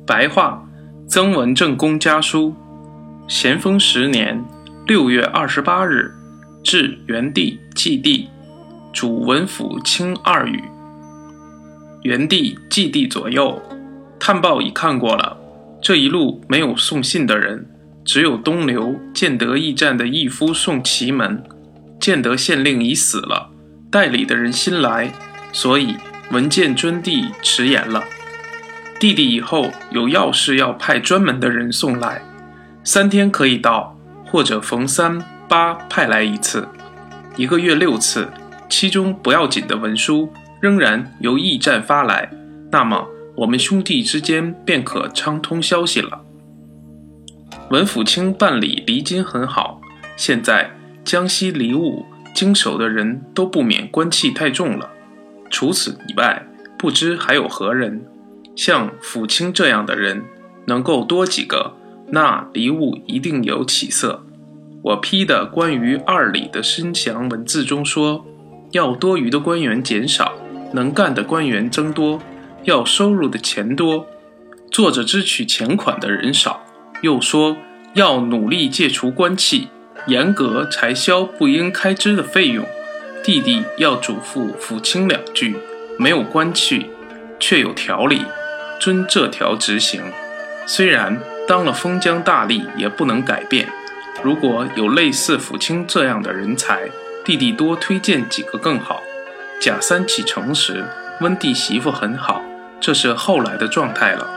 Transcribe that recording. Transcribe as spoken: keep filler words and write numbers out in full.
白话曾文正公家书，咸丰十年六月二十八日，至元帝祭地，主文府卿二语。元帝祭地左右，探报已看过了，这一路没有送信的人，只有东流建德驿站的驿夫送祁门。建德县令已死了，代理的人新来，所以文件遵递迟延了。弟弟以后有要事要派专门的人送来，三天可以到，或者逢三八派来一次，一个月六次，其中不要紧的文书仍然由驿站发来，那么我们兄弟之间便可畅通消息了。文府卿办理离京很好，现在江西离务经手的人都不免官气太重了，除此以外不知还有何人。像府卿这样的人能够多几个，那离务一定有起色。我批的关于二里的申详文字中说，要多余的官员减少，能干的官员增多，要收入的钱多，做着支取钱款的人少。又说要努力戒除官气，严格裁销不应开支的费用。弟弟要嘱咐府卿两句，没有官气却有条理，遵这条执行。虽然当了封疆大吏也不能改变，如果有类似府卿这样的人才，弟弟多推荐几个更好。贾三启程时，温帝媳妇很好，这是后来的状态了。